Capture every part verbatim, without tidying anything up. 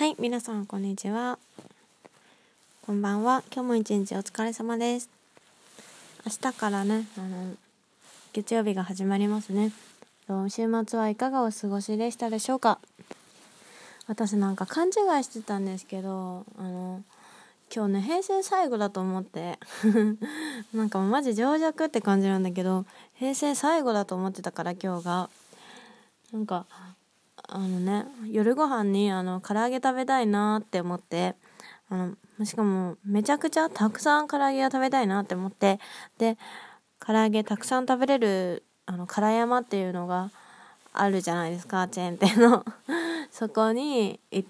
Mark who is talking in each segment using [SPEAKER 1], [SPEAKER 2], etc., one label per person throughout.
[SPEAKER 1] はい、皆さんこんにちは。こんばんは。今日も一日お疲れ様です。明日からね、あの月曜日が始まりますね。週末はいかがお過ごしでしたでしょうか。私なんか勘違いしてたんですけど、あの今日ね平成最後だと思ってなんかマジ情弱って感じなんだけど、平成最後だと思ってたから今日がなんかあのね夜ご飯にあの唐揚げ食べたいなって思って、あのしかもめちゃくちゃたくさん唐揚げが食べたいなって思って、で唐揚げたくさん食べれるあの唐山っていうのがあるじゃないですか、チェーン店のそこに行って、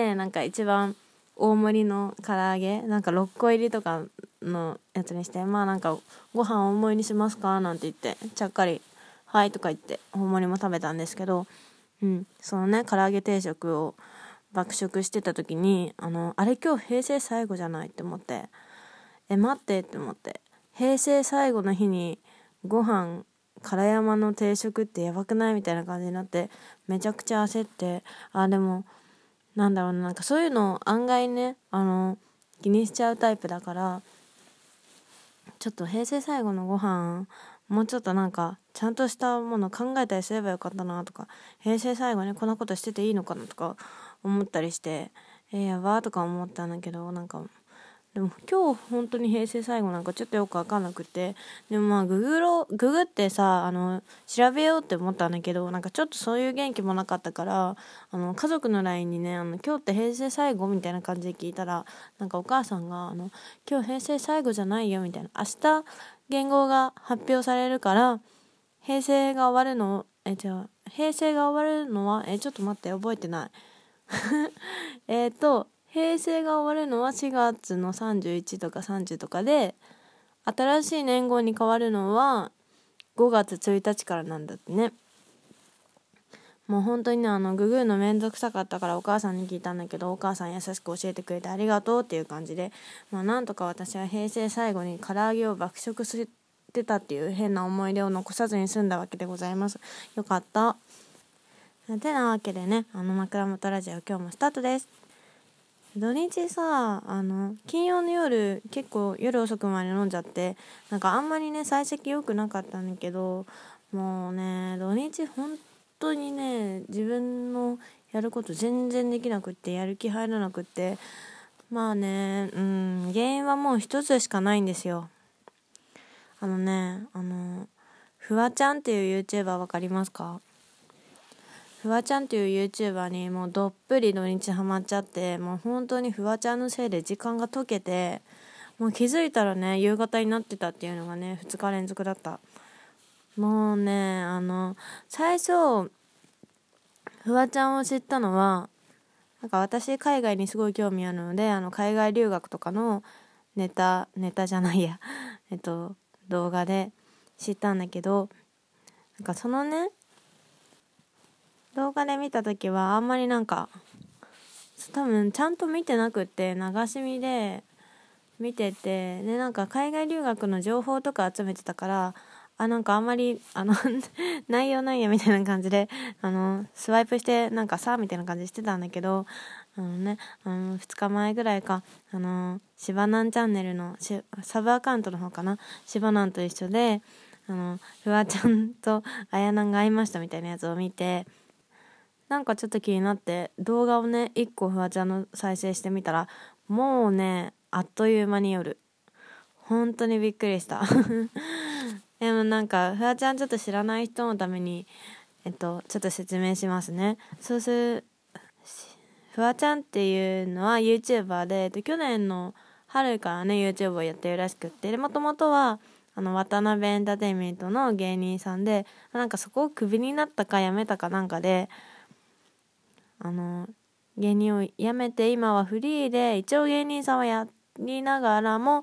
[SPEAKER 1] なんか一番大盛りの唐揚げなんかろっこ入りとかのやつにして、まあなんかご飯大盛りにしますかなんて言ってちゃっかりはいとか言って大盛りも食べたんですけど、うん、そのね唐揚げ定食を爆食してた時に、あのあれ今日平成最後じゃないって思って、え待ってって思って、平成最後の日にご飯唐山の定食ってやばくないみたいな感じになって、めちゃくちゃ焦って、あでもなんだろうな、なんかそういうの案外ねあの気にしちゃうタイプだから、ちょっと平成最後のご飯もうちょっとなんかちゃんとしたもの考えたりすればよかったなとか、平成最後にこんなことしてていいのかなとか思ったりして、えー、やばーとか思ったんだけど、なんかでも今日本当に平成最後なんかちょっとよく分かんなくて、でもまあググろググってさあの調べようって思ったんだけど、なんかちょっとそういう元気もなかったから、あの家族の ライン にねあの今日って平成最後みたいな感じで聞いたら、なんかお母さんがあの今日平成最後じゃないよみたいな、明日元号が発表されるから平成が終わるのえじゃあ平成が終わるのはえちょっと待って覚えてないえっと平成が終わるのはしがつのさんじゅういちとかさんじゅうとかで、新しい年号に変わるのはごがつついたちからなんだってね。もう本当にねあのググるのめんどくさかったからお母さんに聞いたんだけど、お母さん優しく教えてくれてありがとうっていう感じで、まあなんとか私は平成最後に唐揚げを爆食してたっていう変な思い出を残さずに済んだわけでございます。よかった。てなわけでね、あの枕元ラジオ今日もスタートです。土日さあの金曜の夜結構夜遅くまで飲んじゃって、なんかあんまりね幸先良くなかったんだけど、もうね土日本当にね自分のやること全然できなくって、やる気入らなくって、まあねうん原因はもう一つしかないんですよ。あのねあのフワちゃんっていう YouTuber わかりますか？フワちゃんっていう YouTuber にもうどっぷり土日ハマっちゃって、もう本当にフワちゃんのせいで時間が解けて、もう気づいたらね夕方になってたっていうのがねふつか連続だった。もうねあの最初フワちゃんを知ったのは、なんか私海外にすごい興味あるので、あの海外留学とかのネタネタじゃないやえっと動画で知ったんだけど、なんかそのね動画で見た時はあんまりなんか多分ちゃんと見てなくって、流し見で見てて、でなんか海外留学の情報とか集めてたから、あなんかあんまりあの内容ないやみたいな感じであのスワイプしてなんかさみたいな感じしてたんだけど、あのねあのふつかまえぐらいか、あのしばなんチャンネルのしサブアカウントの方かな、しばなんと一緒であのフワちゃんとあやなんが会いましたみたいなやつを見て、なんかちょっと気になって動画をねいっこフワちゃんの再生してみたら、もうねあっという間に夜本当にびっくりしたでもなんかフワちゃんちょっと知らない人のためにえっとちょっと説明しますね。そうするフワちゃんっていうのは YouTuber で、で去年の春からね YouTube をやってるらしくって、でもともとはあの渡辺エンターテインメントの芸人さんで、なんかそこをクビになったか辞めたかなんかであの芸人を辞めて今はフリーで一応芸人さんはやりながらも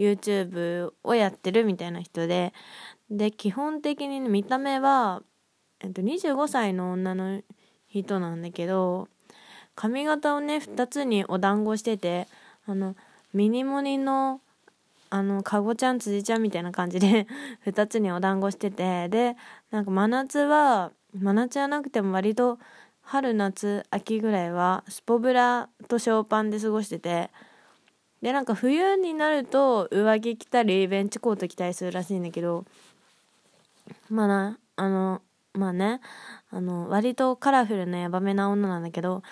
[SPEAKER 1] YouTube をやってるみたいな人で、で基本的に見た目は、えっと、にじゅうごさいの女の人なんだけど、髪型をねふたつにお団子してて、あのミニモニのあのかごちゃん辻ちゃんみたいな感じでふたつにお団子してて、でなんか真夏は真夏じゃなくても割と春夏秋ぐらいはスポブラとショーパンで過ごしてて、でなんか冬になると上着着たりベンチコート着たりするらしいんだけど、まあなあのまあねあの割とカラフルなヤバめな女なんだけど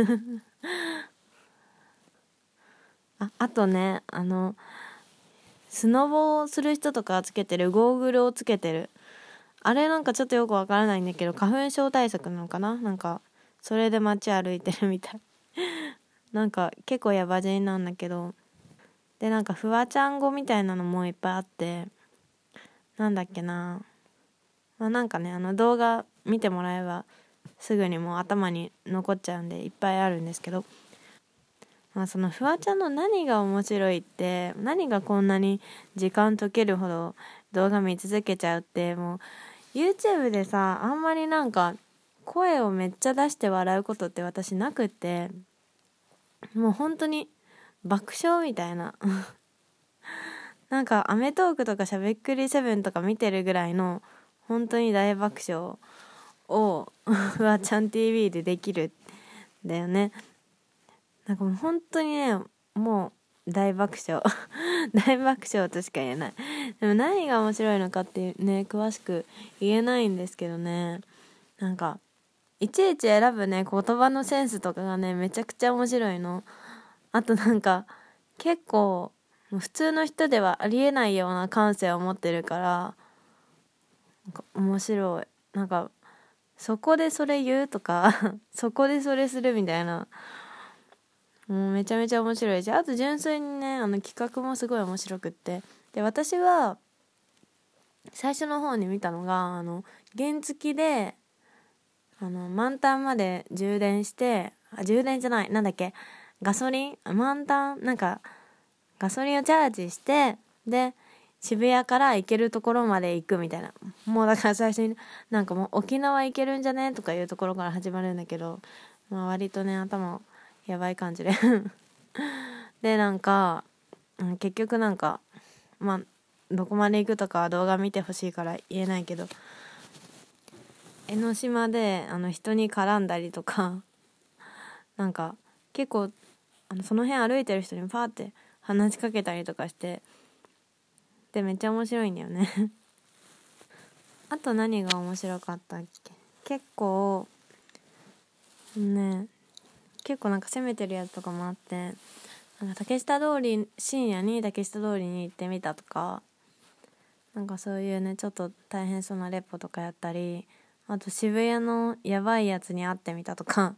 [SPEAKER 1] ああとねあのスノボをする人とかつけてるゴーグルをつけてる、あれなんかちょっとよくわからないんだけど花粉症対策なのかな、なんかそれで街歩いてるみたいなんか結構ヤバ人なんだけど、でなんかフワちゃん語みたいなのもいっぱいあって、なんだっけな、まあ、なんかねあの動画見てもらえばすぐにもう頭に残っちゃうんでいっぱいあるんですけど、まあ、そのフワちゃんの何が面白いって、何がこんなに時間解けるほど動画見続けちゃうって、もう YouTube でさあんまりなんか声をめっちゃ出して笑うことって私なくって、もう本当に爆笑みたいななんかアメトーークとかしゃべっくりセブンとか見てるぐらいの本当に大爆笑をフワちゃん ティーブイ でできるんだよね。なんかもう本当にねもう大爆笑大爆笑としか言えない。でも何が面白いのかってね詳しく言えないんですけどね、なんかいちいち選ぶね言葉のセンスとかがねめちゃくちゃ面白いの。あとなんか結構普通の人ではありえないような感性を持ってるから、なんか面白い。なんかそこでそれ言うとかそこでそれするみたいな、もうめちゃめちゃ面白いし、あと純粋にねあの企画もすごい面白くって、で私は最初の方に見たのがあの原付であの満タンまで充電して、あ充電じゃないなんだっけガソリン満タンなんかガソリンをチャージして、で渋谷から行けるところまで行くみたいな、もうだから最初になんかもう沖縄行けるんじゃねとかいうところから始まるんだけど、まあ、割とね頭やばい感じででなんか、うん、結局なんかまあどこまで行くとかは動画見てほしいから言えないけど、江ノ島であの人に絡んだりとかなんか結構あのその辺歩いてる人にパーって話しかけたりとかして、でめっちゃ面白いんだよねあと何が面白かったっけ、結構ね結構なんか攻めてるやつとかもあって、なんか竹下通り深夜に竹下通りに行ってみたとか、なんかそういうねちょっと大変そうなレポとかやったり、あと渋谷のやばいやつに会ってみたとか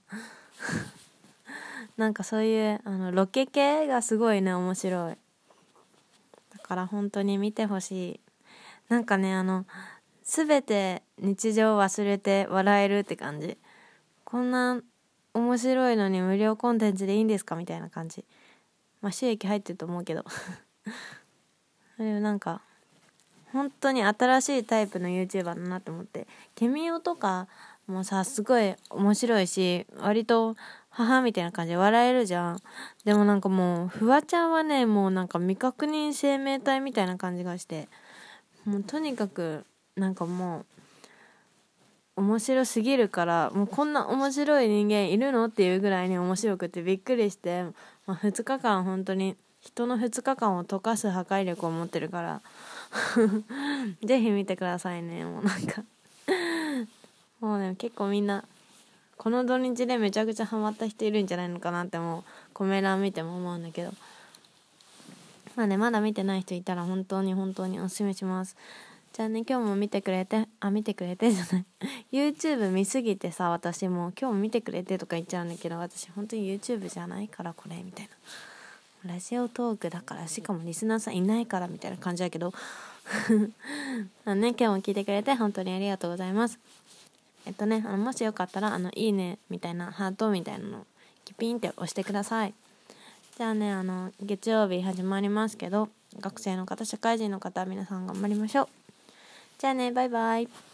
[SPEAKER 1] なんかそういうあのロケ系がすごいね面白い。だから本当に見てほしい。なんかねあの全て日常を忘れて笑えるって感じ。こんな面白いのに無料コンテンツでいいんですかみたいな感じ。まあ収益入ってると思うけどでもなんか本当に新しいタイプの YouTuber だなって思って、ケミオとかもさすごい面白いし割と母みたいな感じで笑えるじゃん。でもなんかもうフワちゃんはねもうなんか未確認生命体みたいな感じがして、もうとにかくなんかもう面白すぎるから、もうこんな面白い人間いるのっていうぐらいに面白くてびっくりして、まあ、ふつかかん本当に人のふつかかんを溶かす破壊力を持ってるからぜひ見てくださいね。もうなんかもうね結構みんなこの土日でめちゃくちゃハマった人いるんじゃないのかなってもうコメ欄見ても思うんだけど、まあねまだ見てない人いたら本当に本当におすすめします。じゃあね今日も見てくれてあ見てくれてじゃない YouTube 見すぎてさ、私もう今日も見てくれてとか言っちゃうんだけど、私本当に YouTube じゃないからこれみたいな、ラジオトークだから、しかもリスナーさんいないからみたいな感じだけどあのね今日も聞いてくれて本当にありがとうございます。えっとねあのもしよかったらあのいいねみたいなハートみたいなのをキピンって押してください。じゃあねあの月曜日始まりますけど、学生の方社会人の方皆さん頑張りましょう。じゃあねバイバイ。